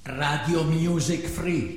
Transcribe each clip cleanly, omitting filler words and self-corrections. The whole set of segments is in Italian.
Radio Music Free.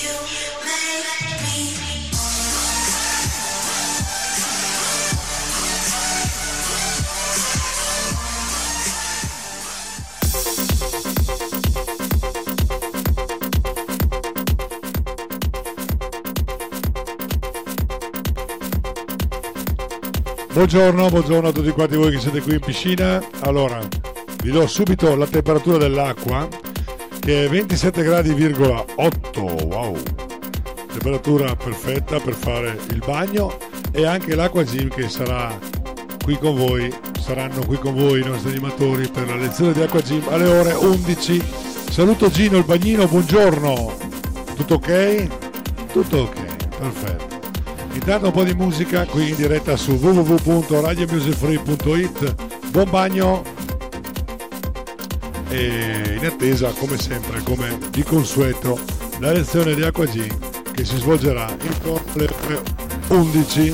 Buongiorno a tutti quanti voi che siete qui in piscina. Allora, vi do subito la temperatura dell'acqua che è 27 gradi,8, wow, temperatura perfetta per fare il bagno, e anche l'acqua gym che sarà qui con voi, saranno qui con voi i nostri animatori per la lezione di acqua gym alle ore 11. Saluto Gino il bagnino, buongiorno, tutto ok? Tutto ok, perfetto. Intanto un po' di musica qui in diretta su www.radiomusicfree.it. Buon bagno e in attesa, come sempre, come di consueto, la lezione di Acqua G che si svolgerà intorno alle ore 11.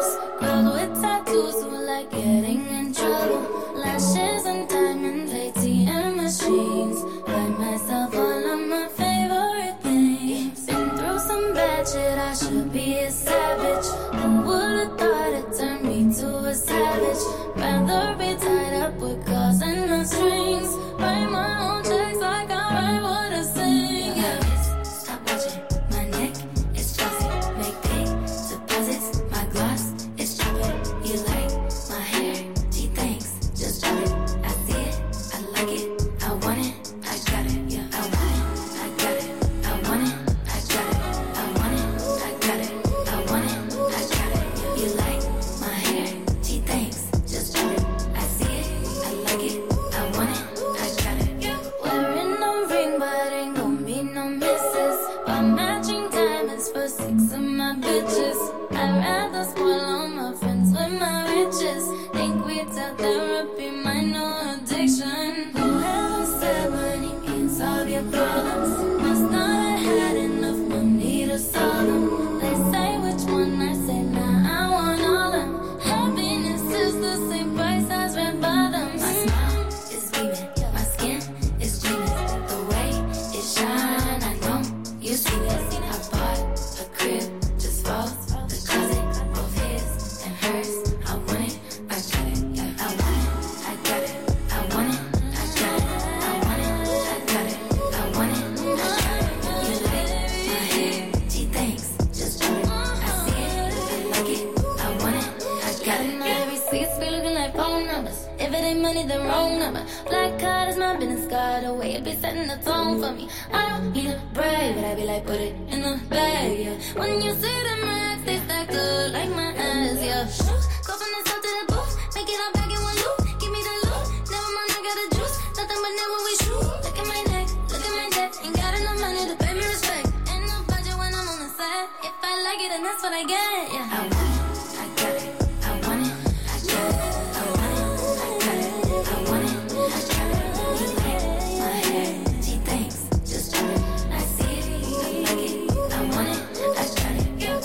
bubbles. Girls with tattoos who like getting in trouble. Lashes and diamonds, ATM machines. Buy myself all of my favorite things. Been through some bad shit, I should be a savage. Who would've thought it turned me to a savage? Rather be tied up with calls and no strings. Write my own checks like I write what I sing. Yeah. Stop watching, my neck is flossy. Make big deposits, my gloss is chopping. You like my hair? Gee, thanks, just drop it. I see it, I like it, I want it, I got it. Yeah, I want it, I got it, I want it, I got it, I want it, I got it, I want it, I got it. You like my hair? Gee, thanks, just drop it. I see it, I like it, I want it, I got it. Wearing no ring, but ain't gon' be no misses. Buy matching diamonds for 6 of my bitches. I'd rather spoil all my friends with my riches. Think we tell therapy, my no addiction. Whoever said money can solve your problems must not have had enough money to solve them. They say which one, I say nah, I want all them. Happiness is the same price as red bottoms. My smile is beaming, my skin is gleaming. The way it shine, I know you see it. I bought a crib just for the closet, both his and hers. I want it, I got it, yeah, I want it, I got it, I want it, I got it, I want it, I got it, I want it, I got it. You like my hair? Gee, thanks, just drop it. I see it, I like it, I want it, I got it. My receipts be looking like phone numbers. If it ain't money, then wrong number. Black card is my business card, the way it be setting the tone for me. I don't need a brag, but I be like, put it in the bag, yeah. When you see them racks, they stack up like my ass, yeah. Go from the south to the booth, make it all back in one loop. Give me the loot, never mind, I got the juice. Nothing but never we shoot. Look at my neck, look at my neck. Ain't got enough money to pay me respect. Ain't no budget when I'm on the set. If I like it, then that's what I get, yeah. I want it, I got it, I want it, I got it, I want it, I got it, I want it, I got it. You like my hair? Gee, thanks, just drop it. I see it, I like it, I want it, I got it, yeah.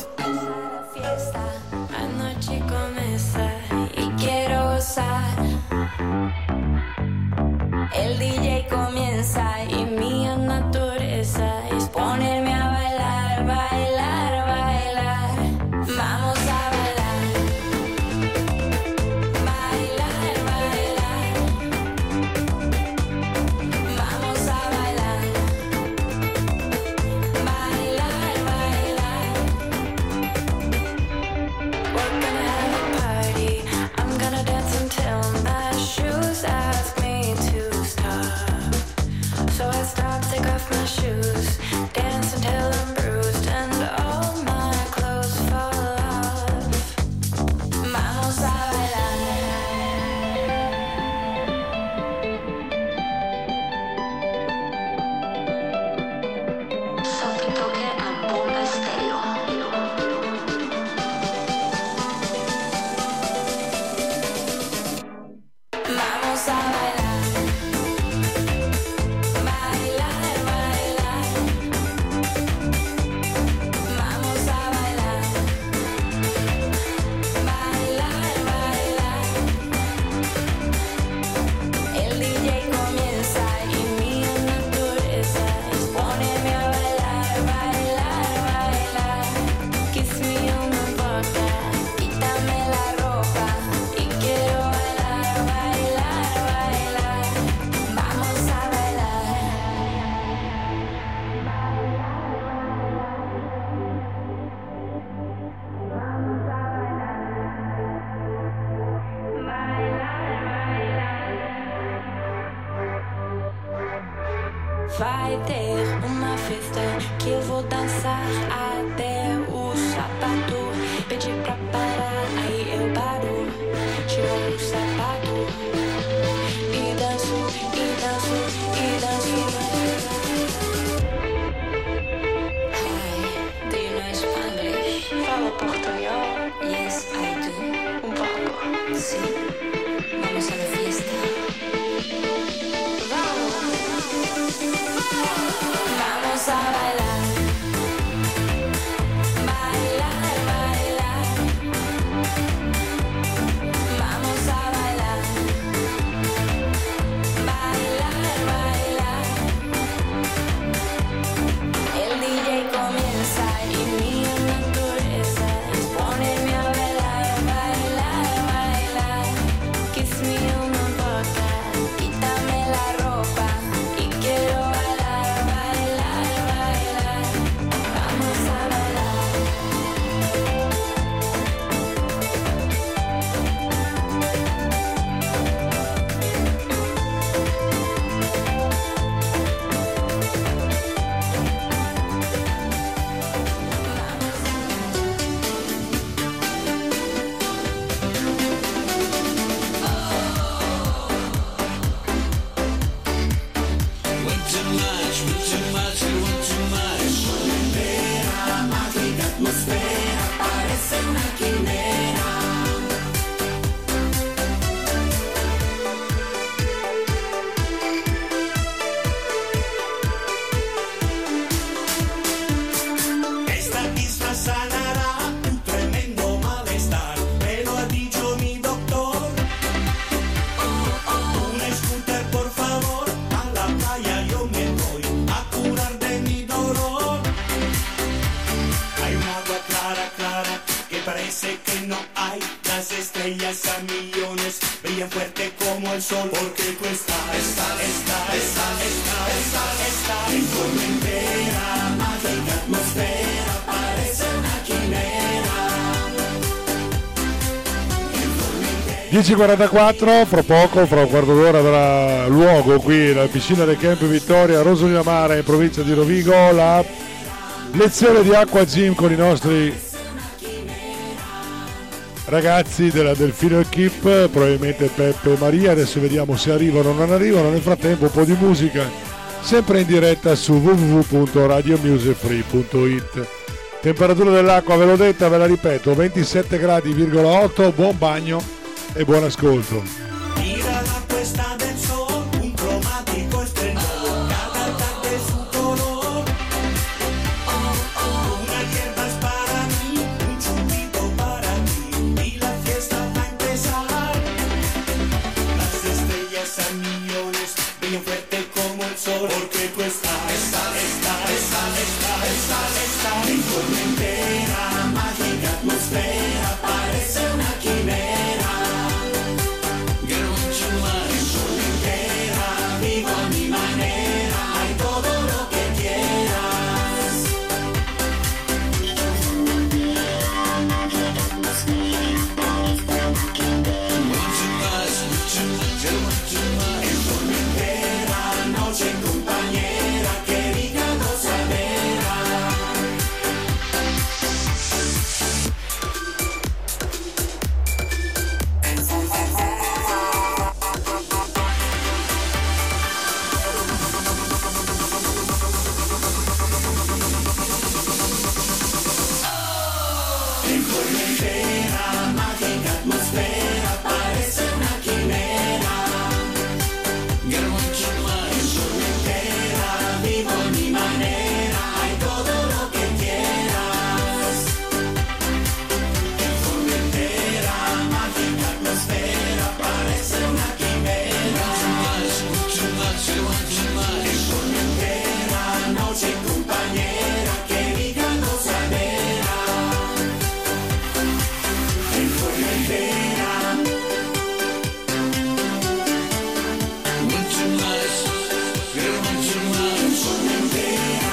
Fiesta, anoche comienza y quiero gozar. El DJ comienza y mi naturaleza es ponerme a bailar, bailar, bailar. Vamos a bailar, bailar, bailar. Vamos a bailar, bailar, bailar. We're gonna have a party. I'm gonna dance until my shoes ask me to stop. So I stop, take off my shoes, dance until I'm bruised and all my clothes fall off. Vamos a bailar. Sottotoque a bomba stereo. Vamos a bailar, bailar, bailar. Vamos a bailar, bailar, bailar. El DJ comienza y mi naturaleza es ponerme a bailar, bailar, bailar. Kiss me on the boca, quítame la ropa y quiero bailar, bailar, bailar. Vamos a bailar. Vai ter uma festa que eu vou dançar até o sapato pedir pra parar, aí eu paro, tiro o sapato e danço, e danço, e danço. Hi, do you know Spanglish? Fala portunhol? Yes, I do. Un poco. Sí. Vamos a la fiesta. Vamos a bailar. Las estrellas a millones brillan fuerte como el sol, porque tú estás en Formentera, mágica atmosfera, parece una chimera. 10:44, fra poco, fra un quarto d'ora avrà luogo qui alla piscina del Camp Vittoria a Rosolina Mare in provincia di Rovigo la lezione di acqua gym con i nostri ragazzi della Delfino Equip, probabilmente Peppe e Maria. Adesso vediamo se arrivano o non arrivano. Nel frattempo un po' di musica sempre in diretta su www.radiomusicfree.it. Temperatura dell'acqua ve l'ho detta, ve la ripeto, 27 gradi,8, buon bagno e buon ascolto. Mira la puesta del sol, un cromático esplendor, cada tarde su color. Una hierba es para mí, un chupito para ti, y la fiesta va a empezar. Las estrellas a millones brillan fuerte como el sol, porque tú estás en Formentera, mágica atmosfera, parece una quimera. Vivo a mi manera, hay todo lo que quieras. En Formentera, noche compañera, que diga gozadera. En Formentera, mágica atmosfera, parece una quimera. En Formentera, vivo a mi manera, hay todo lo que quieras. En Formentera, mágica atmosfera, parece una quimera. En Formentera, noche compañera, que diga gozadera. En Formentera, mucho más, pero mucho más. En Formentera,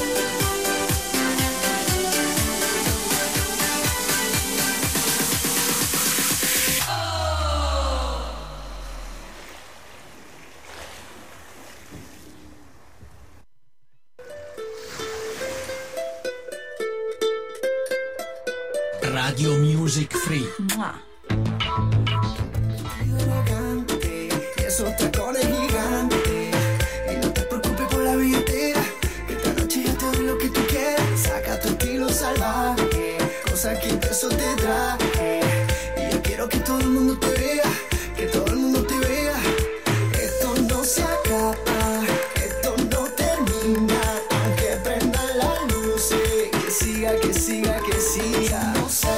Radio Music Free. Elegante, esos tacones gigantes. Y no te preocupes por la billetera, que esta noche yo te doy lo que tú quieras. Saca tu estilo salvaje, cosa que eso te traje. Y yo quiero que todo el mundo te vea, que todo el mundo te vea. Esto no se acaba, esto no termina, aunque prendan las luces. Que siga, que siga, que siga. No sé,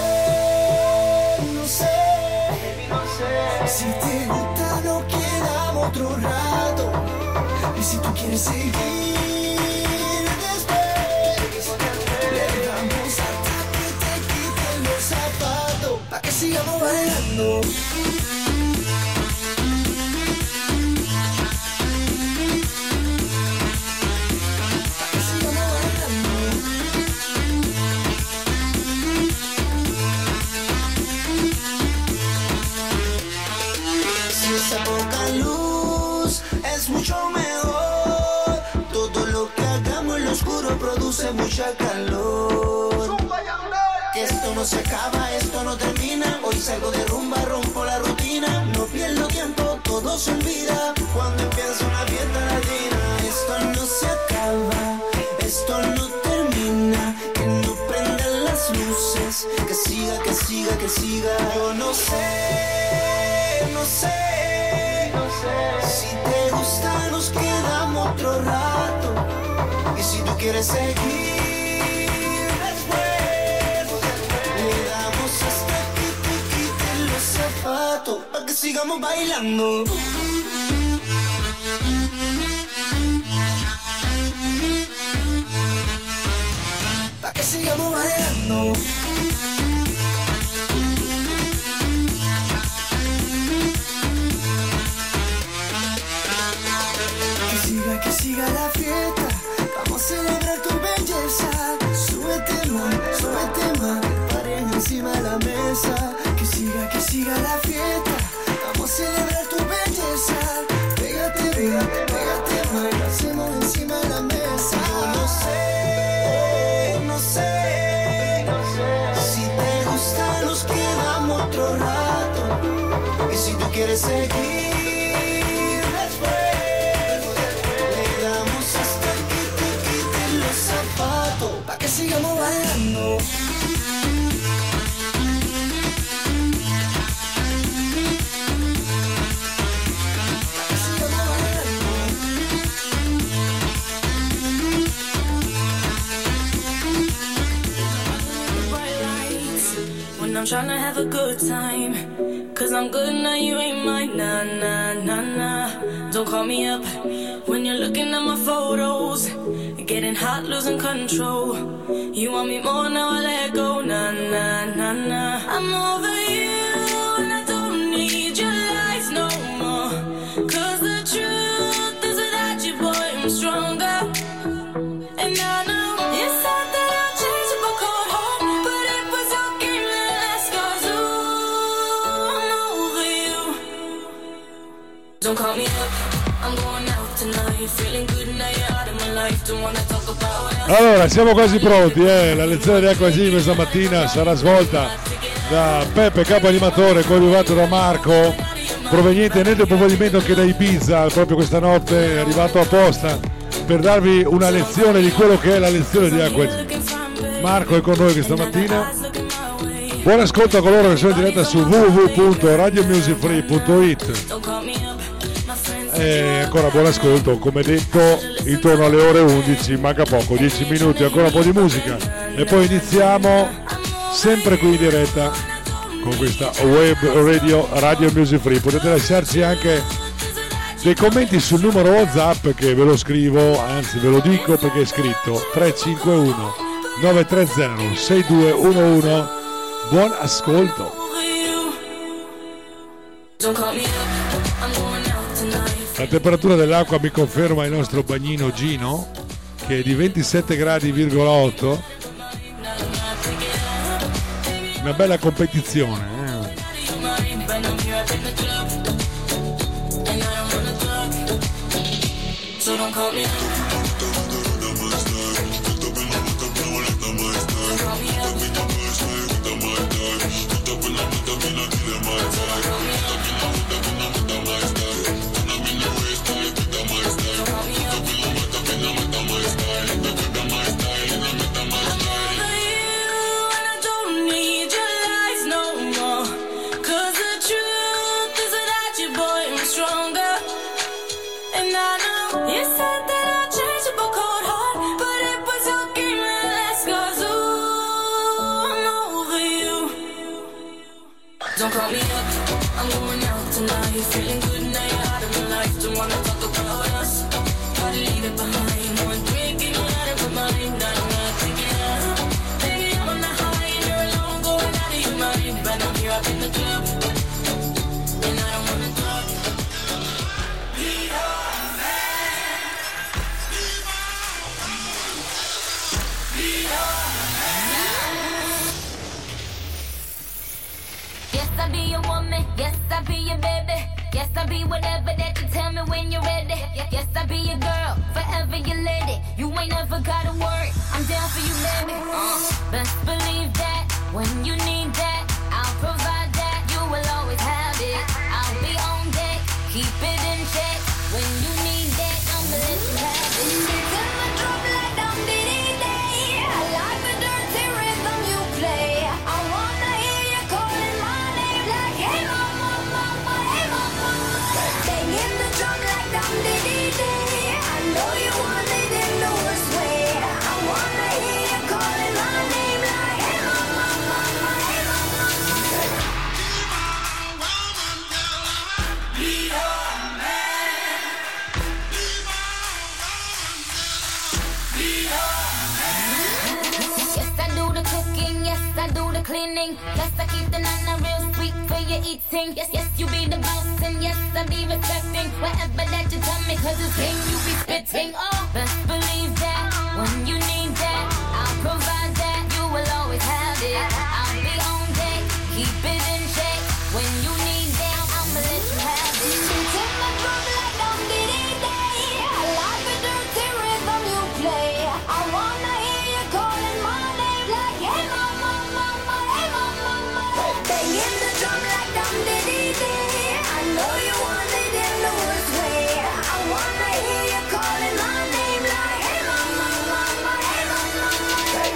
si te gusta nos quedamos otro rato. Y si tú quieres seguir después, le damos hasta que te quiten los zapatos, pa' que sigamos bailando. Pa' que sigamos bailando. Si esa poca luz es mucho mejor, todo lo que hagamos en lo oscuro produce mucha calor. Que esto no se acaba, esto no termina. Hoy salgo de rumba, rompo la rutina. No pierdo tiempo, todo se olvida cuando empieza una fiesta latina. Esto no se acaba, esto no termina. Que no prendan las luces, que siga, que siga, que siga. Yo no sé, si te gusta nos quedamos otro rato. Y si tú quieres seguir después, le damos hasta que te quiten los zapatos, pa' que sigamos bailando. Pa' que sigamos bailando. Que siga la fiesta. Vamos a celebrar tu belleza. Pégate, pégate, pégate, más. Lo hacemos encima de la mesa. Yo no sé. Si te gusta, nos quedamos otro rato. Y si tú quieres seguir después, le damos hasta que te quiten los zapatos. Pa' que sigamos bailando. I'm tryna have a good time, 'cause I'm good now, you ain't mine, nah, nah, nah, nah. Don't call me up when you're looking at my photos, getting hot, losing control. You want me more, now I let go, nah, nah, nah, nah. I'm over you, and I don't need your lies no more, 'cause the truth is without you, boy, I'm stronger. And I know you said that I'll change up a cold heart, but it was your game that last, 'cause I'm over you. Don't call me up, I'm going out tonight, feeling good now you're out of my life, don't wanna talk about it. Allora, siamo quasi pronti, la lezione di Acquasini questa mattina sarà svolta da Peppe, capo animatore, coadiuvato da Marco, proveniente nel provvedimento che da Ibiza, proprio questa notte è arrivato apposta per darvi una lezione di quello che è la lezione di Acquasini. Marco è con noi questa mattina. Buon ascolto a coloro che sono in diretta su www.radiomusicfree.it. E ancora buon ascolto, come detto, intorno alle ore 11, manca poco, 10 minuti, ancora un po' di musica e poi iniziamo sempre qui in diretta con questa web Radio Music Free. Potete lasciarci anche dei commenti sul numero WhatsApp che ve lo scrivo, anzi ve lo dico perché è scritto 351 930 6211. Buon ascolto. La temperatura dell'acqua mi conferma il nostro bagnino Gino che è di 27 gradi,8. Una bella competizione. Don't call me up, I'm going out tonight, feeling good now you're out of my life, don't wanna talk about us, gotta leave it behind, one drink and you're out of my mind, I'm not thinking of, baby I'm on the high and you're alone, going out of your mind, but I'm here up in the club, and I don't wanna talk. Be your man, be your man. Yes, I'll be your woman. Yes, I'll be your baby. Yes, I'll be whatever that you tell me when you're ready. Yes, I'll be your girl, forever your lady. You ain't never gotta worry, I'm down for you, baby. Best believe that when you need that, I'll provide that. You will always have it. I'll be on deck, keep it in check. When you need that, I'ma let you have it. Till my drum like dum dee day. I like the dirty rhythm you play. I wanna hear you calling my name like hey mama, mama, hey mama. Banging the drum like dum dee day. I know you want it in the worst way. I wanna hear you calling my name like hey mama, mama, hey mama. Be your man, be your Yes, I do the cooking, yes, I do the cleaning. Yes, I keep the nana real sweet for your eating. Yes, yes, you be the boss and yes, I be respecting whatever that you tell me, 'cause it's game you be spitting. Oh, best believe that when you need that, I'll provide that. You will always have it. I'll be on deck, keep it in check. When you need that, I'ma let you have it. Take my drum like I'm Diddy. I like the dirty rhythm you play. I wanna hear you calling my name like, hey mama, mama, hey mama, mama. Banging the drum like I'm Diddy. I know you want it in the worst way. I wanna hear you calling my name like, hey mama, mama, hey mama, mama.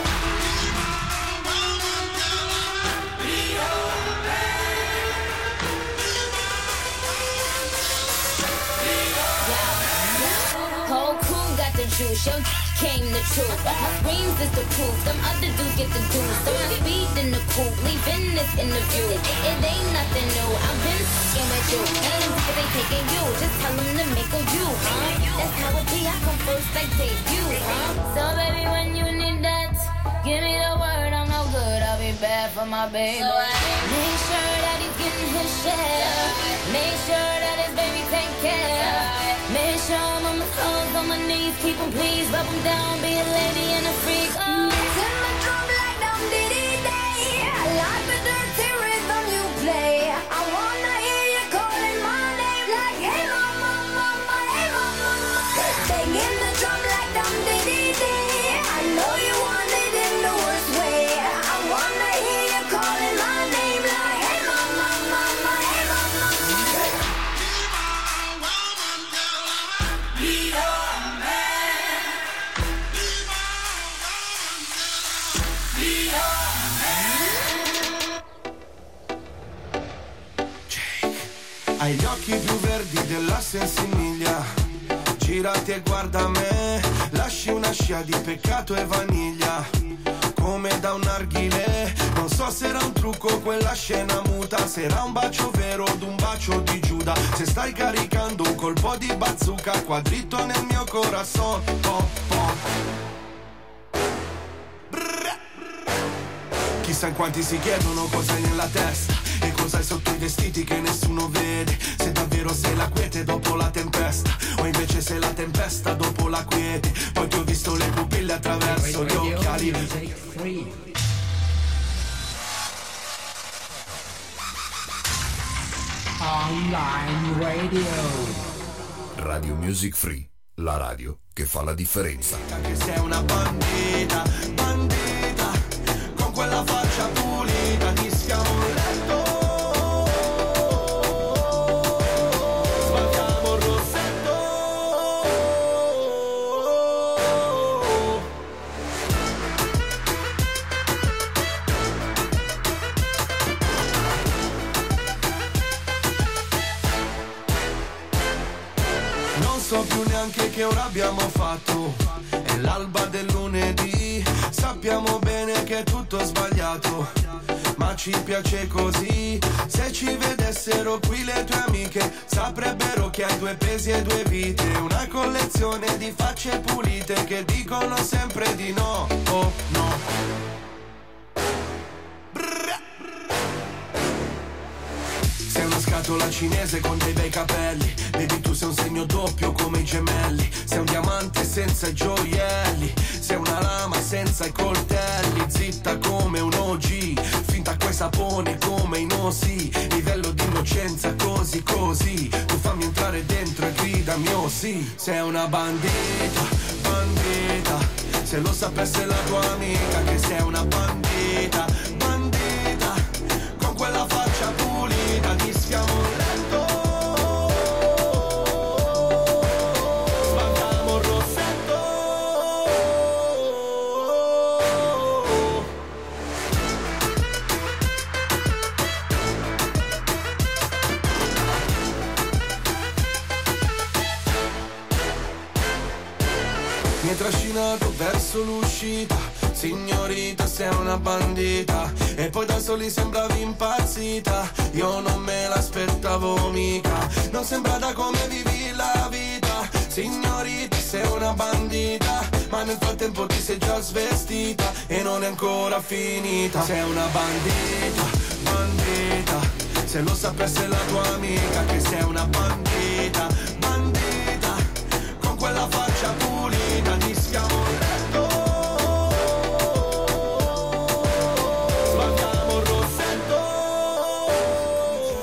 Whole crew got the juice, yo came the truth. My screams is the proof, them other dudes get the juice. So I speed in the coupe, leaving this interview. It ain't nothing new, I've been f***ing with you. Ain't if they taking you, just tell them to make a you, That's how it be, I come first like debut, So baby, when you need that, give me the word, I'm no good, I'll be bad for my baby. So make sure that he's getting his share. Make sure that his baby take care. Make sure I'm on my toes, on my knees, keep him please, rub him down, be a lady and a freak. Hit my drum like I'm Diddy Day. I like the dirty rhythm you play. I wanna hear you calling my name like, hey mama, mama, hey mama, mama. Banging the drum like I'm Diddy Day. I know you want it in the worst way. I wanna hear you calling my name like, hey mama, mama, hey mama, mama. Hai gli occhi più verdi della sensimiglia. Girati e guarda me. Lasci una scia di peccato e vaniglia, come da un narghilè. Non so se era un trucco quella scena muta, se era un bacio vero od un bacio di Giuda. Se stai caricando un colpo di bazooka qua dritto nel mio corazon. Chissà in quanti si chiedono cosa hai nella testa e cosa hai sotto i vestiti che nessuno vede. Se davvero sei la quiete dopo la tempesta, o invece sei la tempesta dopo la quiete. Poi ti ho visto le pupille attraverso gli occhiali. Online Radio. Radio Music Free, la radio che fa la differenza. Che sei una bandita, bandita, con quella faccia pulita, ti stiamo in letto. Sbaltiamo il rossetto. Non so più neanche che ora abbiamo fatto, è l'alba del lunedì. Sappiamo bene che è tutto sbagliato, ma ci piace così. Se ci vedessero qui le tue amiche, saprebbero che hai due pesi e due vite. Una collezione di facce pulite che dicono sempre di no, oh no. Sei una scatola cinese con dei bei capelli, baby tu sei un segno doppio come i gemelli. Sei un diamante senza i gioielli, sei una lama senza i coltelli. Zitta come un OG, finta coi saponi come i nosi. Livello di innocenza così così, tu fammi entrare dentro e gridami oh sì. Sei una bandita, bandita, se lo sapesse la tua amica che sei una bandita, bandita, con quella faccia pulita ti stiamo in letto. Sbaltiamo il rossetto. Mi hai trascinato verso l'uscita, signorita sei una bandita, e poi da soli sembravi impazzita. Io non me l'aspettavo mica, non sembra da come vivi la vita. Signorita sei una bandita, ma nel frattempo ti sei già svestita e non è ancora finita. Sei una bandita, bandita, se lo sapesse la tua amica che sei una bandita, bandita, con quella faccia pulita ti stiamo in letto. Sbaltiamo il rossetto.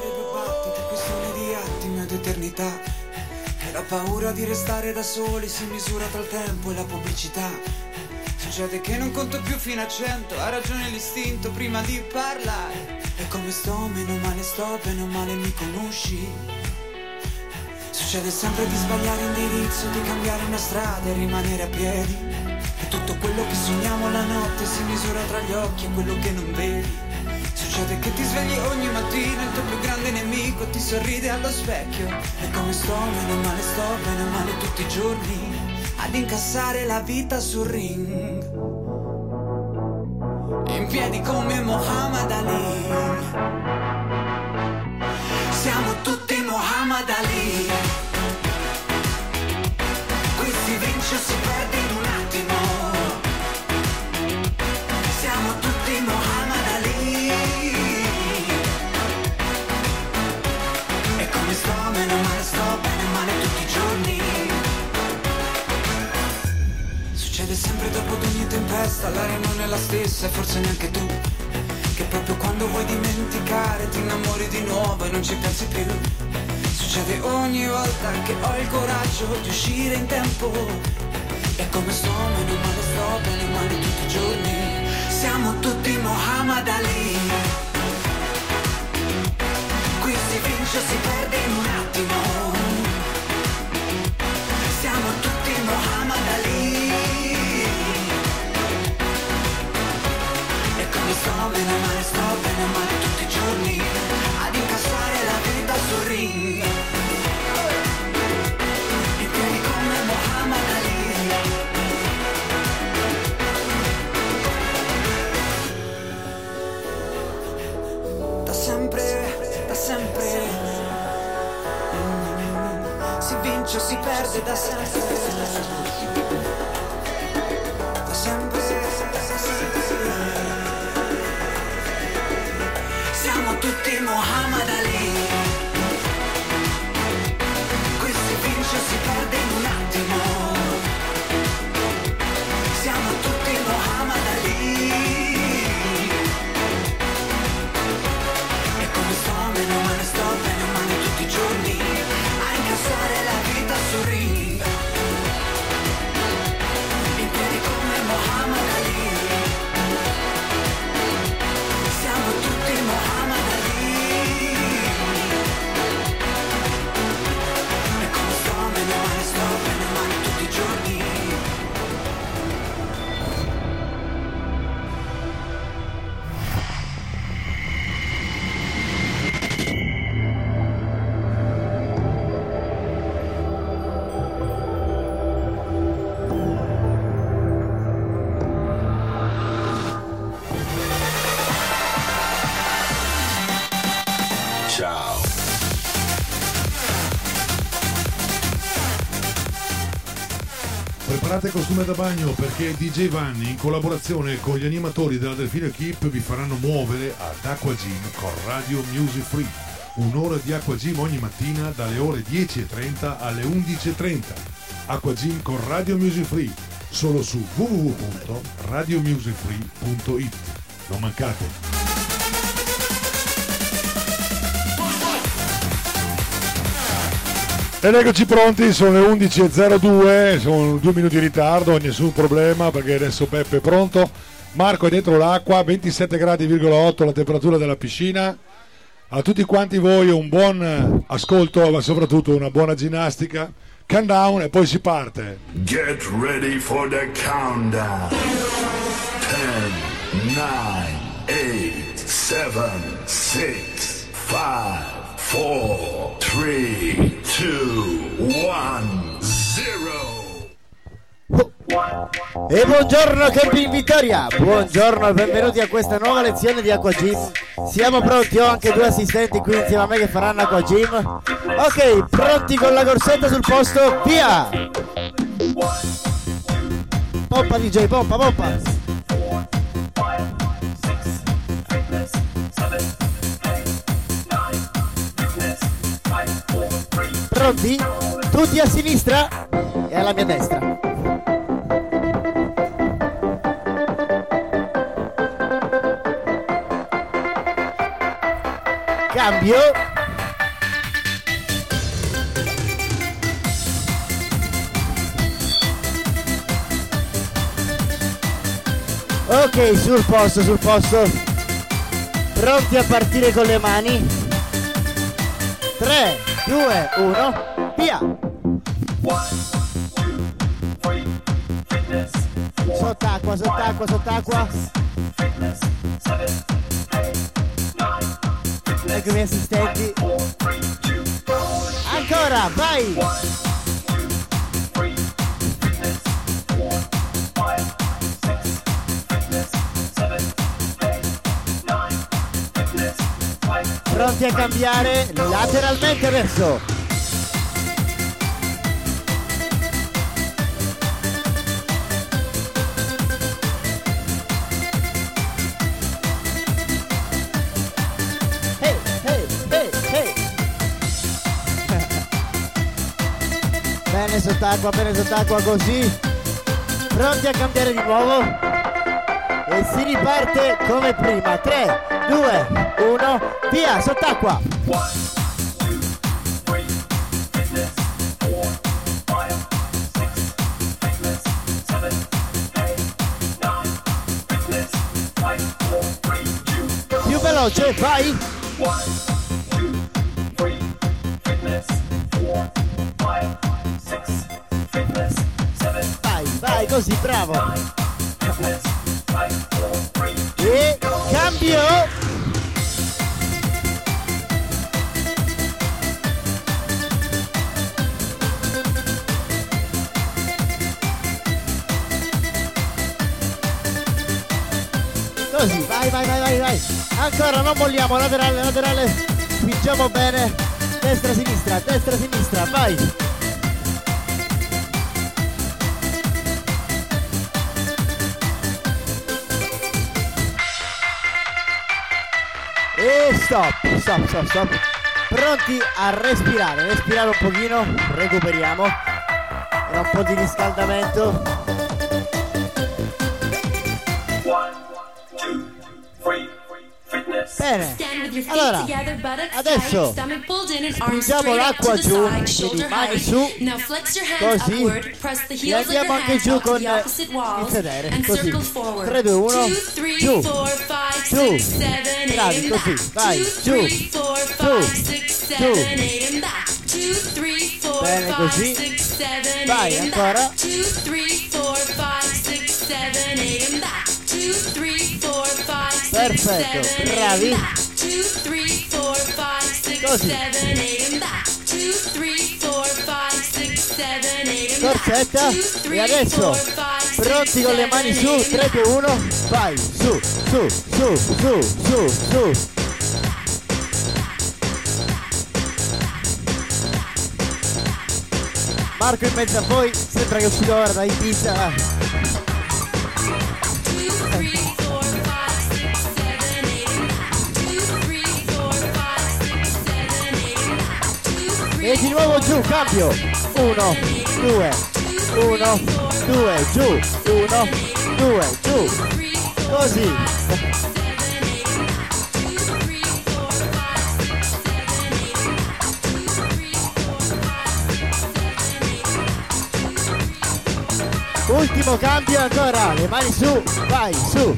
un'eternità. E la paura di restare da soli si misura tra il tempo e la pubblicità. Succede che non conto più fino a 100, ha ragione l'istinto prima di parlare. E come sto, meno male mi conosci. Succede sempre di sbagliare indirizzo, di cambiare una strada e rimanere a piedi. E tutto quello che sogniamo la notte si misura tra gli occhi e quello che non vedi. Succede che ti svegli ogni mattina, il tuo più grande nemico ti sorride allo specchio. E come sto, bene o male tutti i giorni, ad incassare la vita sul ring. In piedi come Muhammad Ali. Siamo tutti Muhammad Ali. Qui si vince o si perde in un attimo. Siamo tutti Muhammad Ali. E come sto, bene o male tutti i giorni. Succede sempre dopo ad ogni tempesta, l'aria non è la stessa e forse neanche tu. Che proprio quando vuoi dimenticare ti innamori di nuovo e non ci pensi più. Succede ogni volta che ho il coraggio di uscire in tempo. E come sto, bene o male tutti i giorni. Siamo tutti Muhammad Ali. Qui si vince o si perde in un attimo. Siamo tutti Muhammad Ali. E come sto, bene o male tutti i giorni, ad incassare la vita sul ring. In piedi come Muhammad Ali. Da sempre si vince o si perde da sempre. Da sempre. Siamo tutti Muhammad Ali. Qui si vince o si perde in un attimo. Siamo tutti Muhammad Ali. E come sto, bene o male tutti i giorni, a incassare la vita sul ring. In piedi come Muhammad Ali. Siamo tutti Muhammad Ali. E come sto, bene o male tutti i giorni. Ciao. Preparate costume da bagno perché DJ Vanni in collaborazione con gli animatori della Delfino Equipe vi faranno muovere ad Aqua Gym con Radio Music Free. Un'ora di Aqua Gym ogni mattina dalle ore 10:30 alle 11:30. Aqua Gym con Radio Music Free solo su www.radiomusicfree.it. Non mancate. Ed eccoci pronti, sono le 11:02, sono 2 minuti di ritardo, nessun problema perché adesso Peppe è pronto. Marco è dentro l'acqua, 27,8 gradi la temperatura della piscina. A tutti quanti voi un buon ascolto, ma soprattutto una buona ginnastica. Countdown e poi si parte. Get ready for the countdown. 10, 9, 8, 7, 6, 5, 4, 3, 2, 1, 0. E buongiorno Camping Vittoria, buongiorno e benvenuti a questa nuova lezione di Aqua Gym. Siamo pronti, ho anche 2 assistenti qui insieme a me che faranno Aqua Gym. Ok, pronti con la corsetta sul posto, via! Pompa DJ, pompa! Pronti? Tutti a sinistra e alla mia destra. Cambio. Ok, sul posto. Pronti a partire con le mani? 3, 2, 1, via! Sott'acqua. Ecco i miei assistenti. Ancora, vai! Pronti a cambiare lateralmente adesso. Hey. Bene sott'acqua così. Pronti a cambiare di nuovo. E si riparte come prima. 3, 2, 1, via, sott'acqua! Più veloce, vai! Vai, così, bravo! E cambio! Così, vai. Ancora, non molliamo, laterale. Spingiamo bene. Destra, sinistra, vai. E stop. Pronti a respirare un pochino, recuperiamo. Era un po' di riscaldamento. Bene, allora adesso spingiamo l'acqua giù, quindi mani su, così, e andiamo anche giù con il sedere, così, 3, 2, 1, giù, bravi, così, vai, giù, bene così, vai ancora, perfetto, bravi, così, corsetta, e adesso pronti con le mani su, 3, 2, 1, vai, su. Marco in mezzo a voi, sembra che è uscito ora da Ibiza. E di nuovo giù, cambio, 1, 2, giù, 1, 2, giù, così. Ultimo cambio ancora, le mani su, vai, su.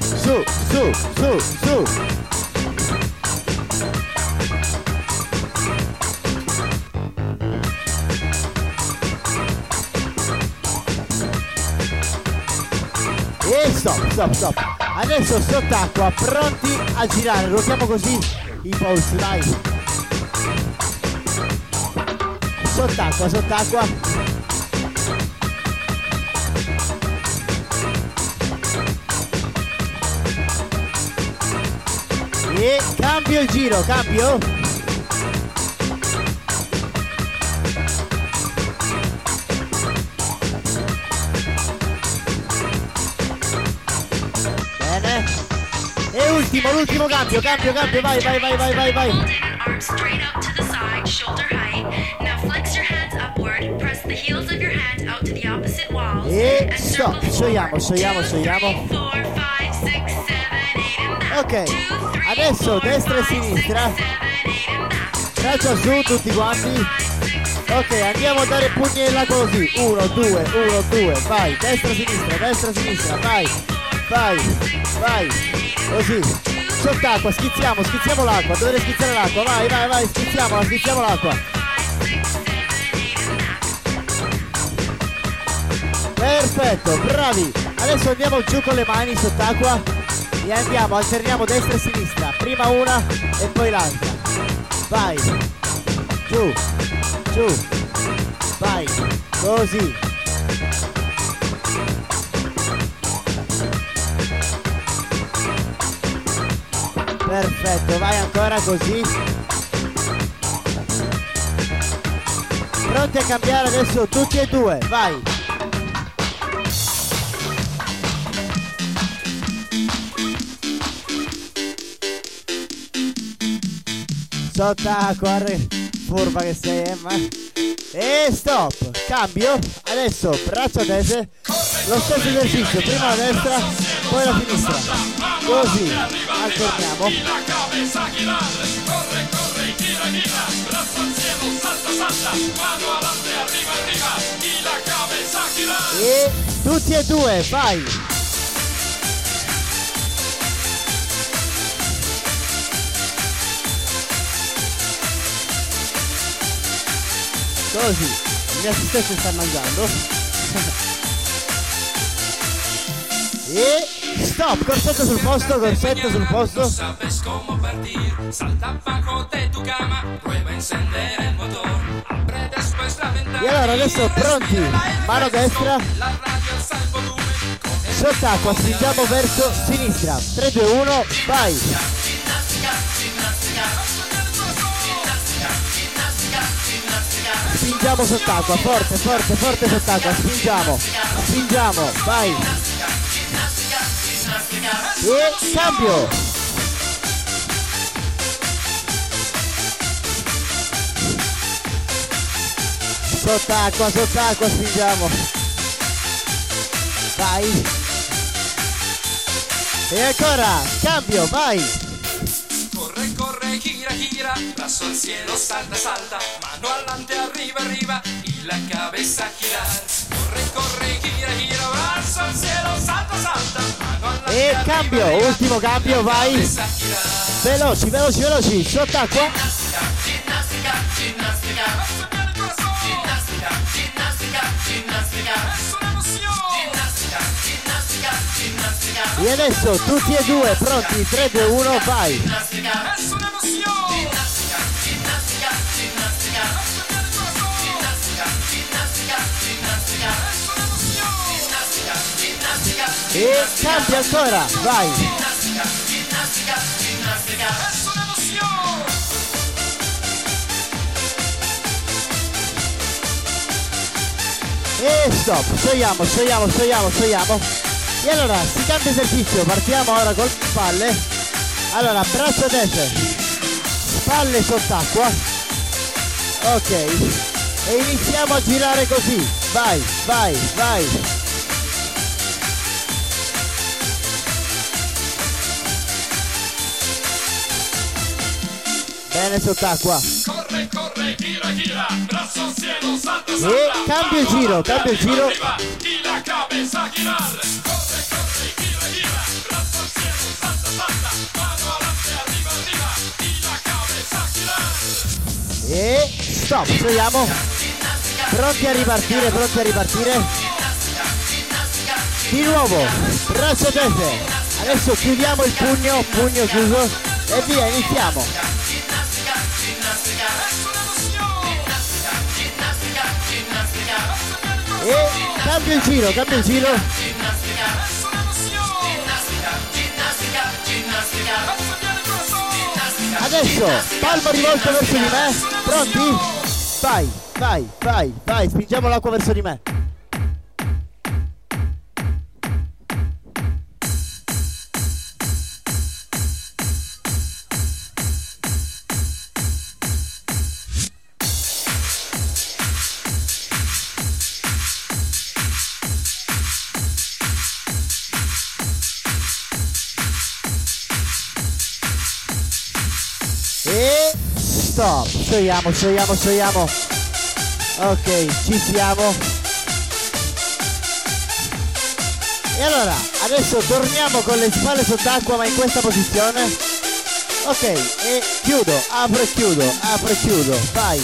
E stop. Adesso sott'acqua, pronti a girare, ruotiamo così i polsi, dai. Sott'acqua. E cambio il giro, cambio. Bene. E l'ultimo cambio, vai. E stop, sciogliamo. Ok, adesso destra e sinistra, braccia su tutti quanti. Ok, andiamo a dare pugnella così, 1, 2, vai, destra sinistra, vai, vai, così, sott'acqua, schizziamo l'acqua, dovete schizzare l'acqua, vai, schizziamo l'acqua. Perfetto, bravi, adesso andiamo giù con le mani sott'acqua e alterniamo destra e sinistra, prima una e poi l'altra, vai, giù, vai, così. Perfetto, vai ancora così. Pronti a cambiare adesso tutti e due, vai. Sott'acqua, furba che sei, Emma. E stop, cambio, adesso braccia tese, lo stesso esercizio, prima la destra, poi la sinistra, così, alterniamo. E tutti e due, vai. Così, il mio assistente sta mangiando. E stop, corsetto sul posto. Sabes cómo partir, salta bajo de tu cama, prueba a encender el motor, abre después la ventana. E allora adesso pronti, mano destra, sott'acqua, spingiamo verso sinistra, 3, 2, 1, vai. Spingiamo sott'acqua, forte sott'acqua, spingiamo, vai. E cambio. Sott'acqua, spingiamo. Vai. E ancora, cambio, vai. Corre, gira, brazo al cielo, salta, mano adelante, arriba, y la cabeza a girar. Corre, gira, brazo al cielo, salta, mano adelante. E cambio, ultimo cambio, vai. Veloci, sott'acqua. E adesso tutti e due pronti, 3, 2, 1, vai. E cambia ancora, vai. E stop, sciogliamo. E allora si cambia esercizio, partiamo ora con le spalle. Allora, braccia destra, spalle sott'acqua. Ok. E iniziamo a girare così. Vai. Bene sott'acqua. Corre, gira, brazo al cielo, salta, E cambio il giro. y la cabeza a girar. Corre, gira, brazo al cielo, salta, mano adelante, arriba, y la cabeza a girar. E stop, sciogliamo. Pronti a ripartire. Di nuovo, braccia tese. Adesso chiudiamo il pugno chiuso e via, iniziamo. E cambio il giro. Adesso palmo rivolto verso di me. Pronti? Vai, spingiamo l'acqua verso di me. E stop, sciogliamo. Ok, ci siamo. E allora, adesso torniamo con le spalle sott'acqua, ma in questa posizione. Ok, e chiudo, apro e chiudo, vai.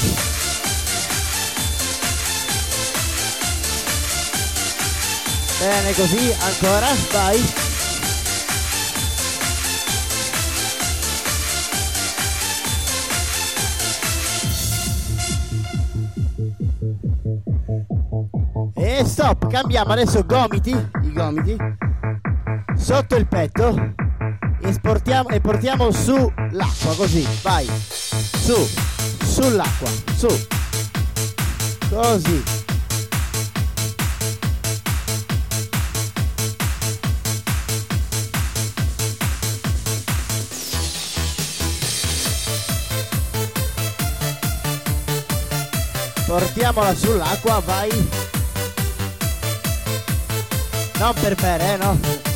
Bene così, ancora, vai. E stop, cambiamo adesso i gomiti sotto il petto e portiamo su l'acqua, così, vai, sull'acqua, su, così. Portiamola sull'acqua, vai. Non per bere, no?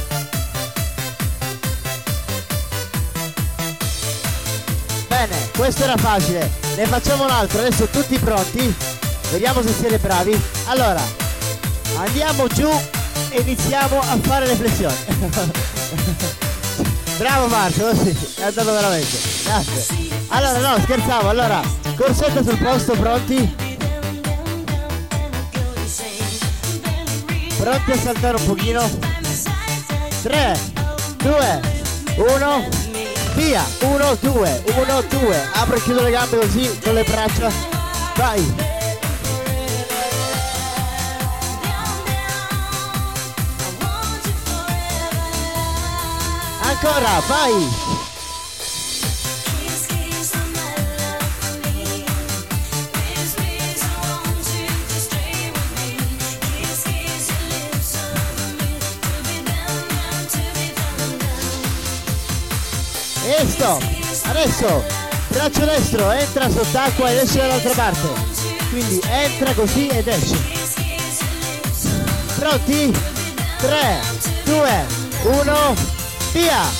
Bene, questo era facile. Ne facciamo un altro, adesso tutti pronti? Vediamo se siete bravi. Allora, andiamo giù e iniziamo a fare le flessioni. Bravo Marco, sì, è andato veramente. Grazie. Allora, no, scherzavo. Allora, corsetta sul posto, pronti? Pronti a saltare un pochino? 3, 2, 1, via! 1, 2, 1, 2. Apro e chiudo le gambe così, con le braccia. Vai! Ancora, vai! E stop! Adesso braccio destro entra sott'acqua ed esce dall'altra parte, quindi entra così ed esce. Pronti? 3, 2, 1, via!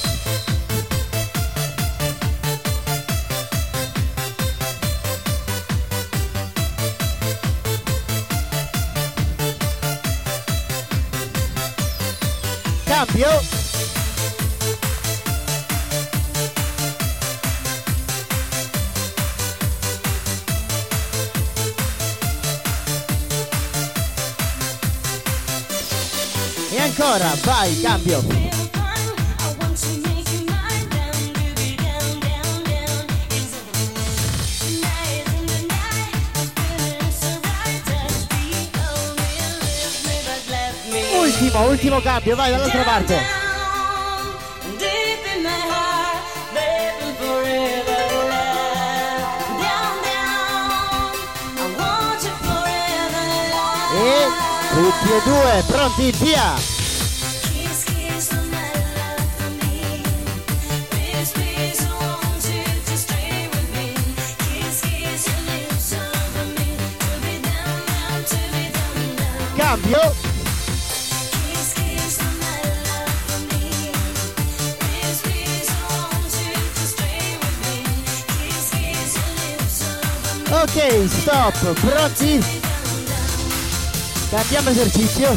Cambio! E ancora, vai, cambio. Ultimo cambio, vai dall'altra parte. E tutti e due, pronti, via! Cambio! Ok, stop, pronti? Cambiamo esercizio.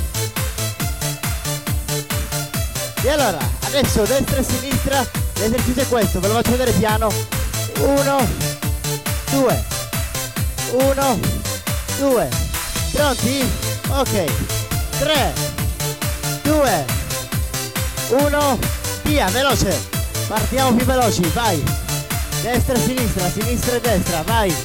E allora, adesso destra e sinistra, l'esercizio è questo, ve lo faccio vedere piano. 1, 2, 1, 2. Pronti? Ok. 3, 2, 1, via, veloce. Partiamo più veloci, vai. Destra e sinistra e destra, vai.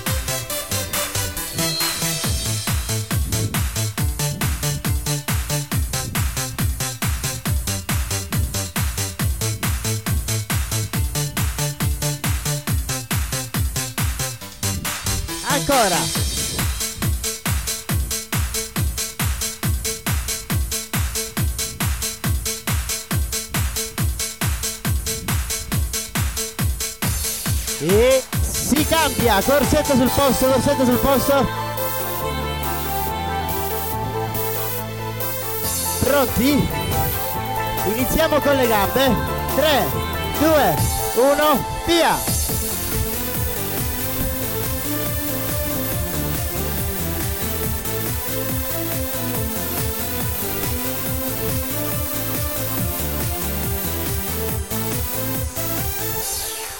Ancora. E si cambia, corsetta sul posto. Pronti? Iniziamo con le gambe. 3, 2, 1, via!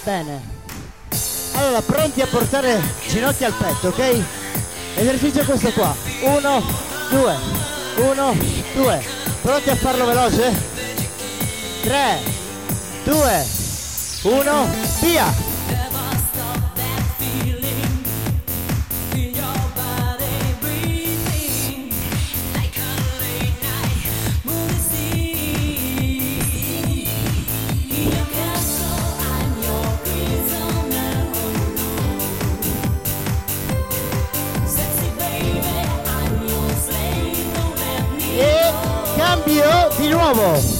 Bene. Allora, pronti a portare ginocchia al petto, ok? Esercizio questo qua. 1, 2, 1, 2. Pronti a farlo veloce? 3, 2, 1, via! E cambio di nuovo.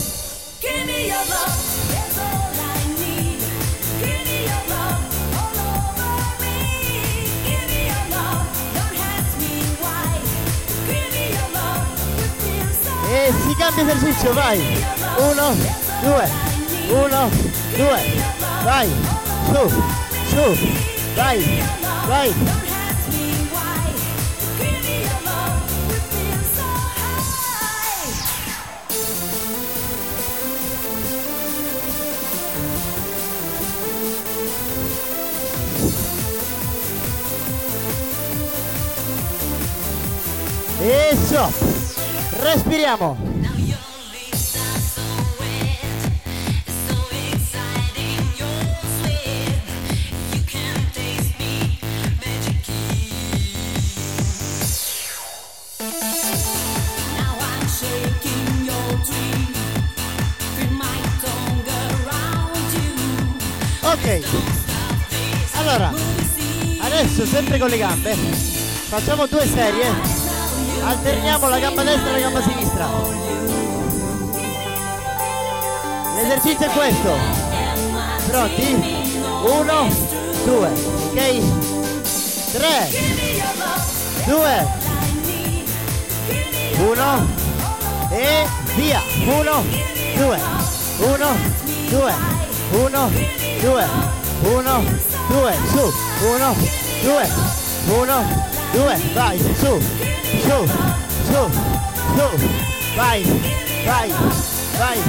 E si cambia esercizio, vai. 1, 2, 1, 2, vai, su, vai, vai. E stop. Respiriamo. Ok, allora adesso sempre con le gambe facciamo 2 serie, alterniamo la gamba destra e la gamba sinistra. L'esercizio è questo. Pronti? 1, 2, ok? 3, 2, 1 e via. 1, 2, 1, 2, 1, 2, 1, 2, su, 1, 2, 1, 2, vai, su, vai, vai, vai.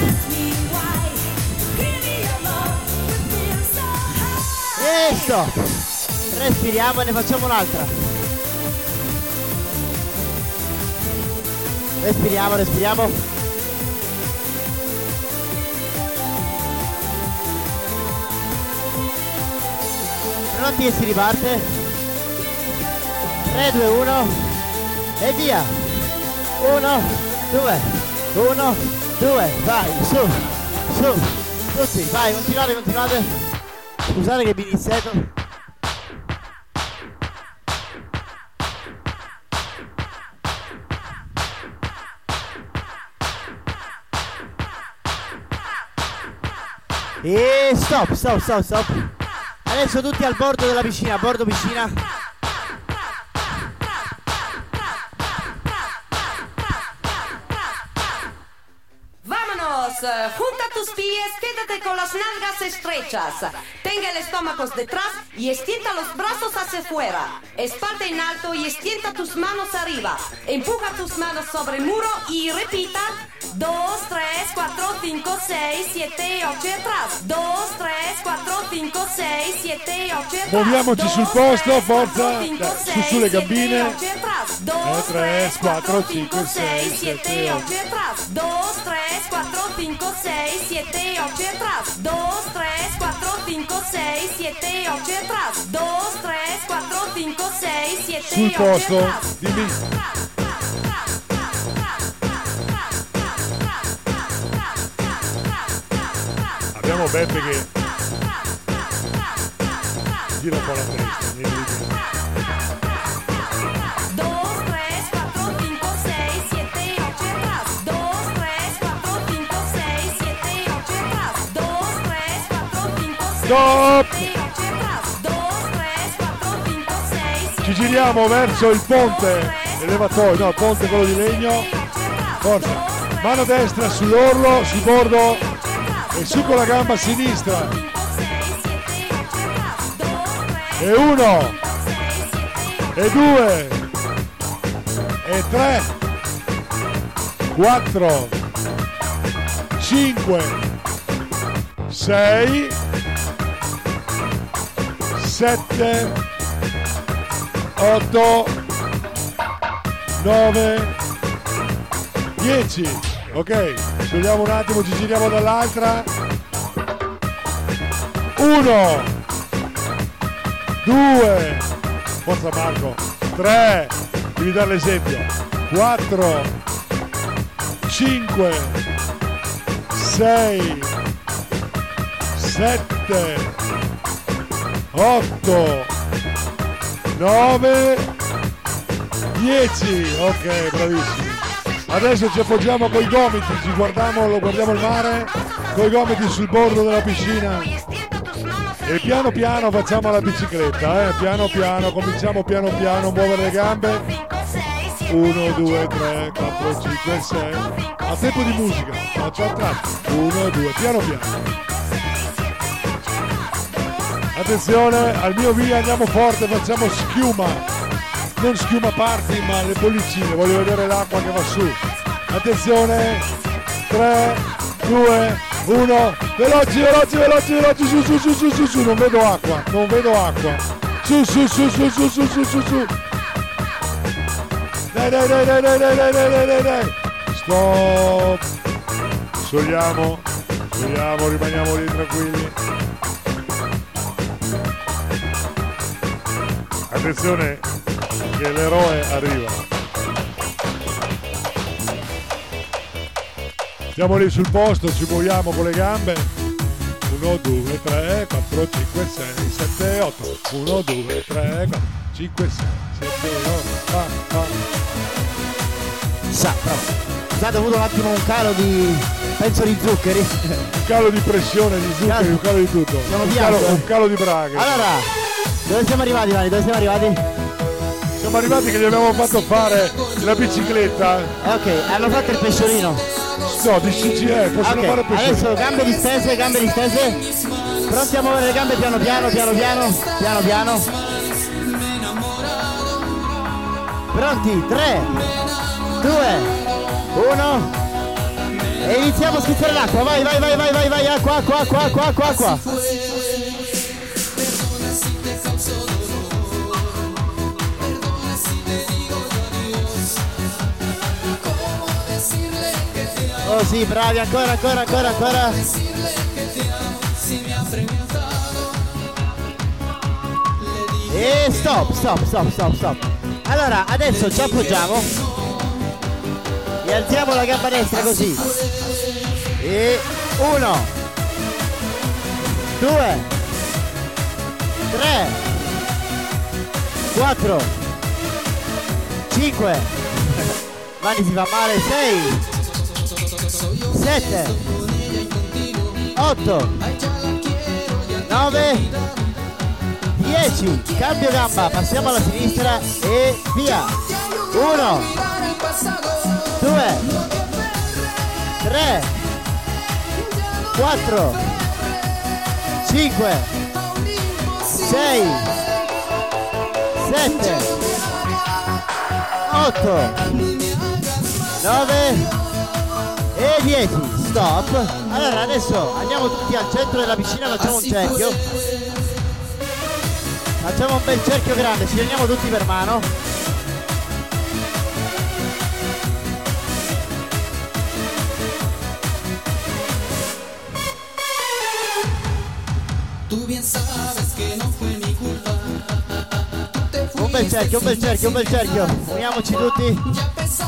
E stop. Respiriamo e ne facciamo un'altra. Respiriamo, respiriamo. Pronti e si riparte. 3, 2, 1 e via. 1, 2, 1, 2, vai, su, tutti, vai, continuate. Scusate che vi disseto. E stop. Adesso tutti al bordo della piscina, bordo piscina. Vámonos, junta tus pies, quédate con las nalgas estrechas. Tenga el estómago detrás y extienda los brazos hacia afuera. Espalda en alto y extienda tus manos arriba. Empuja tus manos sobre el muro y repita. 2, 3, 4, 5, 6, 7, 8 atrás. 2, 3, 4, 5, 6, 7, 8 atrás. Muoviamoci sul posto, forza. Su le gambine. 2, 3, 4, 5, 6, 7, 8 atrás. 2, 3, 4, 5, 6, 7, 8 atrás. 2, 3, 4, 5, 6, 7, 8 atrás. 2, 3, 4, 5, 6, 7, 8 sul posto. atrás. Dimmi. Abbiamo Beppe che gira un po' la testa. 2, 3, 4, 5, 6, 7, 8 atrás. 2, 3, 4, 5, 6, 7, 8 atrás. 2, 3, 4, 5, 6, Stop! 7, 8 atrás. 2, 3, 4, 5, 6, 7, Ci giriamo verso il ponte elevatoio, no, il ponte quello di legno. Forza. Mano destra sull'orlo, sul bordo e su con la gamba sinistra. E 1 e 2 e 3 4 5 6 7, 8, 9, 10. Ok, scegliamo un attimo, ci giriamo dall'altra. 1, 2, forza Marco, 3, devi dare l'esempio, 4, 5, 6, 7, 8, 9, 10. Ok, bravissimi. Adesso ci appoggiamo coi gomiti, lo guardiamo il mare, coi gomiti sul bordo della piscina. E piano piano facciamo la bicicletta, piano piano, cominciamo piano piano a muovere le gambe. 1, 2, 3, 4, 5, 6. A tempo di musica, faccio a tratti. 1, 2, piano piano. Attenzione, al mio via andiamo forte, facciamo schiuma. Non schiuma party, ma le bollicine, voglio vedere l'acqua che va su. Attenzione, 3, 2, 1, veloci, veloci, veloci, veloci, su, non vedo acqua, su, su. Dai. Stop. Soliamo, rimaniamo lì tranquilli. Attenzione che l'eroe arriva. Siamo lì sul posto, ci muoviamo con le gambe. 1, 2, 3, 4, 5, 6, 7, 8. 1, 2, 3, 4, 5, 6, 7, 8. Scusate, ho avuto un attimo un calo di, penso, di zuccheri. Un calo di pressione, di zuccheri, un calo di tutto. Un calo di braghe. Allora, dove siamo arrivati, Vani? Siamo arrivati che gli abbiamo fatto fare la bicicletta. Ok, hanno fatto il pesciolino. No, di CGE, possono fare il pesciolino. Adesso gambe distese. Pronti a muovere le gambe piano piano. Pronti, 3, 2, 1. E iniziamo a schizzare l'acqua. Vai, acqua. Oh sì, bravi, ancora. E stop. Allora, adesso ci appoggiamo e alziamo la gamba destra così. E 1, 2, 3, 4, 5, Mani si fa male, 6, 7, 8, 9, 10, cambio gamba, passiamo alla sinistra e via. 1, 2, 3, 4, 5, 6, 7, 8, 9 e 10. Stop. Allora adesso andiamo tutti al centro della piscina, facciamo un cerchio. Facciamo un bel cerchio grande, ci teniamo tutti per mano. Un bel cerchio. Uniamoci tutti.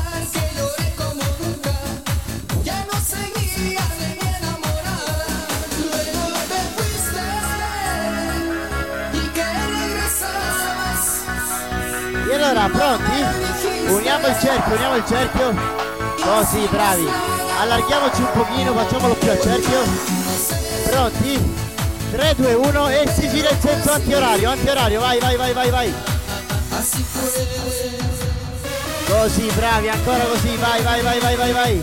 E allora, pronti? Uniamo il cerchio. Così, bravi. Allarghiamoci un pochino, facciamolo più al cerchio. Pronti? 3, 2, 1 e si gira in senso antiorario, vai. Così, bravi, ancora così, vai.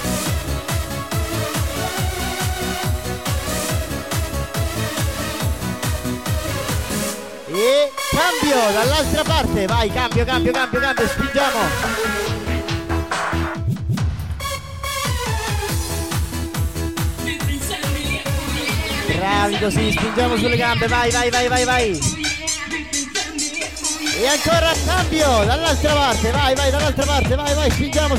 E cambio dall'altra parte, vai, cambio, spingiamo. Bravi, così, spingiamo sulle gambe, vai. E ancora cambio dall'altra parte, vai dall'altra parte, vai, spingiamo.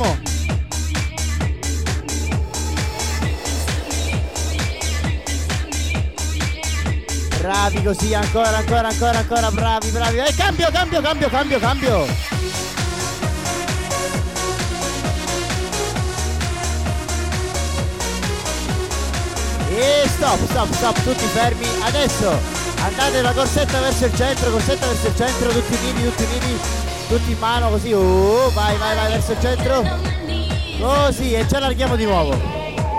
Bravi così, ancora, bravi. E cambio. E stop, tutti fermi. Adesso andate la corsetta verso il centro, tutti uniti, tutti in mano così. Vai verso il centro. Così, e ci allarghiamo di nuovo.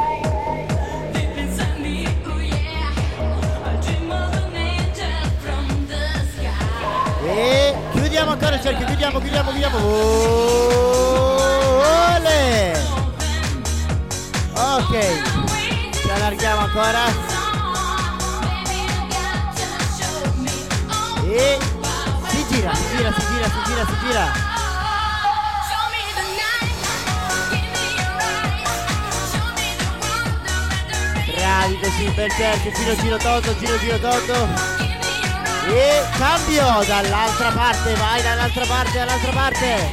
E chiudiamo ancora il cerchio, chiudiamo. Ole! Ok, ci allarghiamo ancora. E si gira. Bravi così, bel cerchio, giro tondo. E cambio dall'altra parte, vai dall'altra parte.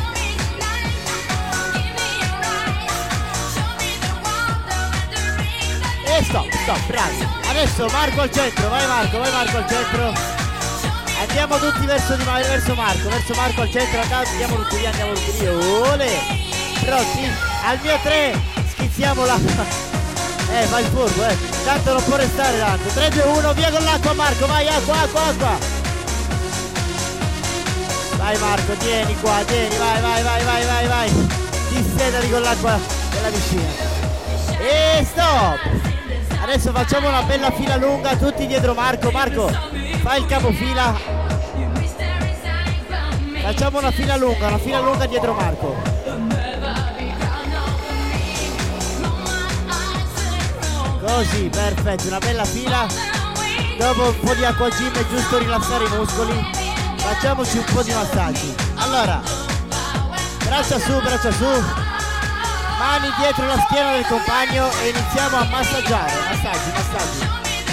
E stop, bravi. Adesso Marco al centro, vai Marco al centro. Andiamo tutti verso Marco al centro, andiamo tutti via. Ole! Pronti? Al mio 3 schizziamo l'acqua. Fa il furbo, tanto non può restare tanto. 3, 2, 1, via con l'acqua Marco, vai, acqua. Vai Marco, tieni, vai. Dissetati con l'acqua della piscina. E stop! Adesso facciamo una bella fila lunga, tutti dietro Marco, fai il capofila. Facciamo una fila lunga dietro Marco. Così, perfetto, una bella fila. Dopo un po' di acqua gym è giusto rilassare i muscoli. Facciamoci un po' di massaggi. Allora, braccia su, mani dietro la schiena del compagno e iniziamo a massaggiare. Massaggi.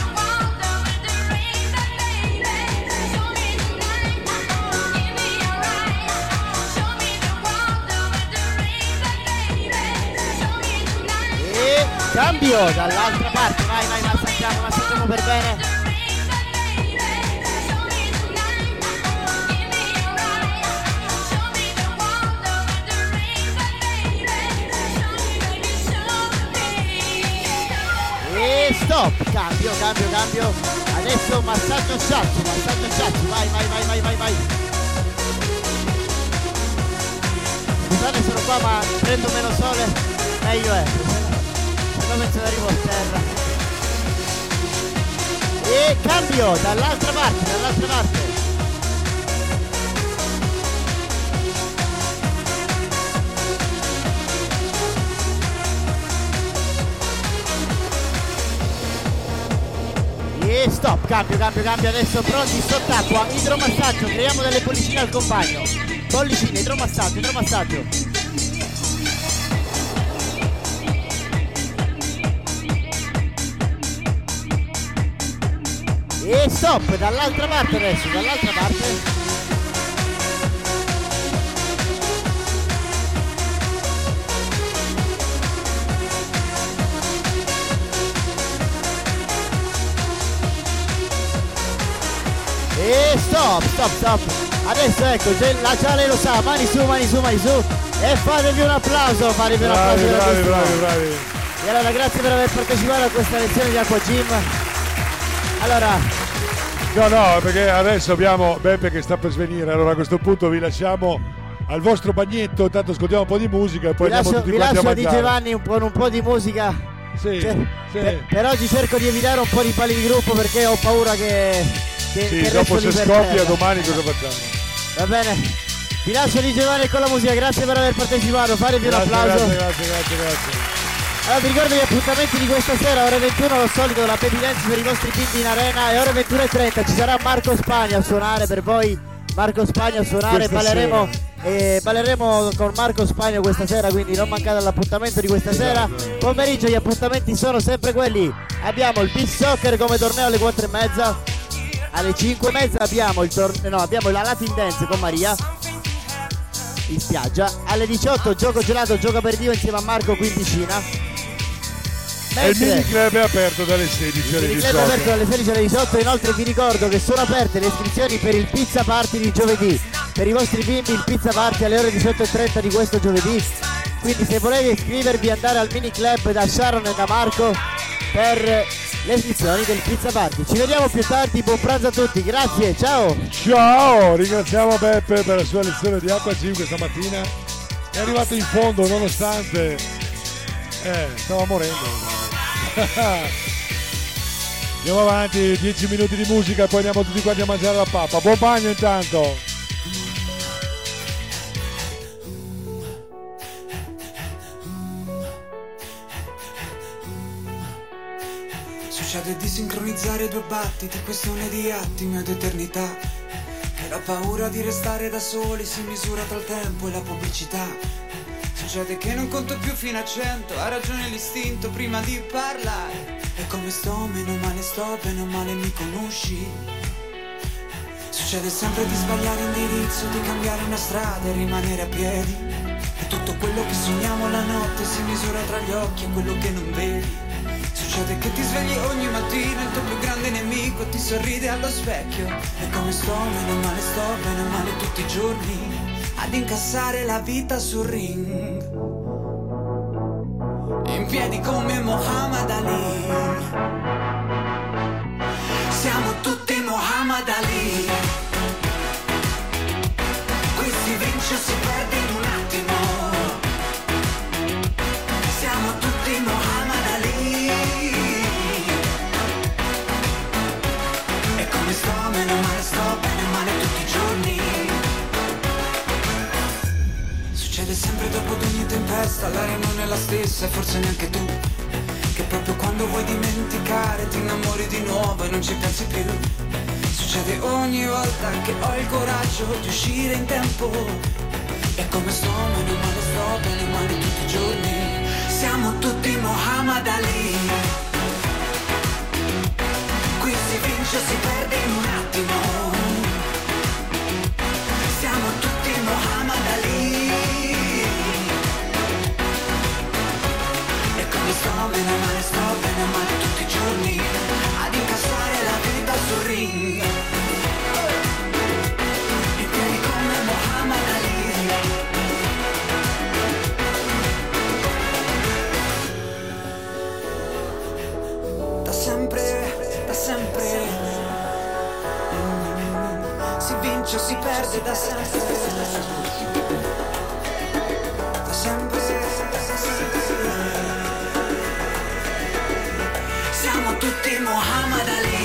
E cambio dall'altra parte, vai, massaggiamo per bene. E stop, cambio. Adesso massaggio sciaccio, vai. Scusate, sono qua ma prendo meno sole, meglio è. Se no penso che arrivo a terra. E cambio dall'altra parte. E stop, cambio, adesso pronti sott'acqua, idromassaggio, creiamo delle bollicine al compagno. Bollicine, idromassaggio. E stop, dall'altra parte adesso, E stop. Adesso ecco, la Giale lo sa, mani su. E fatevi un applauso, Bravi. E allora grazie per aver partecipato a questa lezione di Acqua Gym. Allora, no, perché adesso abbiamo Beppe che sta per svenire. Allora a questo punto vi lasciamo al vostro bagnetto, intanto ascoltiamo un po' di musica e poi andiamo tutti quanti a mangiare. Vi lascio a Giovanni un po' di musica. Sì. Per oggi cerco di evitare un po' di pali di gruppo perché ho paura che dopo se scoppia domani cosa facciamo? Va bene, vi lascio di Giovanni con la musica, grazie per aver partecipato, fatevi un applauso. Grazie. Allora vi ricordo gli appuntamenti di questa sera, ore 21 lo solito la baby dance per i vostri bimbi in arena e ore 21:30 ci sarà Marco Spagna a suonare per voi. Balleremo con Marco Spagna questa sera, quindi non mancate all'appuntamento di questa sera. Pomeriggio gli appuntamenti sono sempre quelli, abbiamo il beach soccer come torneo alle 4:30. Alle 5:30 abbiamo abbiamo la Latin Dance con Maria in spiaggia. Alle 18 gioco gelato, gioco aperitivo insieme a Marco qui in piscina. E il mini club è aperto dalle 16 alle 18. Il club è aperto dalle 16 alle 18. Inoltre vi ricordo che sono aperte le iscrizioni per il pizza party di giovedì. Per i vostri bimbi il pizza party alle ore 18:30 di questo giovedì. Quindi se volete iscrivervi andare al mini club da Sharon e da Marco per le iscrizioni del pizza party. Ci vediamo più tardi, buon pranzo a tutti, grazie, ciao! Ciao, ringraziamo Beppe per la sua lezione di Acqua Gym questa mattina. È arrivato in fondo nonostante stava morendo. Andiamo avanti, 10 minuti di musica e poi andiamo tutti quanti a mangiare la pappa. Buon bagno intanto! Succede di sincronizzare due battiti, questione di attimi ed eternità. E la paura di restare da soli si misura tra il tempo e la pubblicità. Succede che non conto più fino a 100, ha ragione l'istinto prima di parlare. E come sto, meno male mi conosci. Succede sempre di sbagliare indirizzo, di cambiare una strada e rimanere a piedi. E tutto quello che sogniamo la notte si misura tra gli occhi e quello che non vedi. Succede che ti svegli ogni mattina, il tuo più grande nemico ti sorride allo specchio. E come sto, bene o male tutti i giorni ad incassare la vita sul ring, in piedi come Muhammad Ali. Siamo tutti Muhammad Ali. Qui si vince o si perde in un attimo. Siamo tutti Muhammad Ali. E come sto, bene o male tutti i giorni. Succede sempre dopo ad ogni tempesta, l'aria non è la stessa e forse neanche tu. Che proprio quando vuoi dimenticare ti innamori di nuovo e non ci pensi più. Succede ogni volta che ho il coraggio di uscire in tempo. E come sto, bene o male tutti i giorni. Siamo tutti Muhammad Ali. Qui si vince o si perde in un attimo. Siamo tutti Muhammad Ali. E come sto, bene o male tutti i giorni ad incassare la vita sul ring, in piedi come Muhammad Ali. Da sempre si vince o si perde da sempre. Da sempre siamo tutti Muhammad Ali.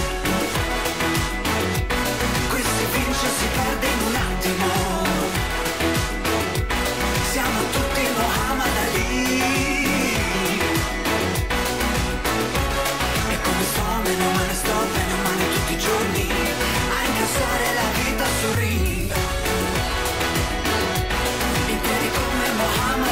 Qui si vince o si perde in un attimo. Siamo tutti Muhammad Ali. E come sto, bene o male tutti i giorni a incassare la vita sul ring, in piedi come Muhammad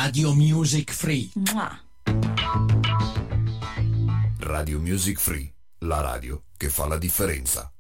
Radio Music Free. Radio Music Free, la radio che fa la differenza.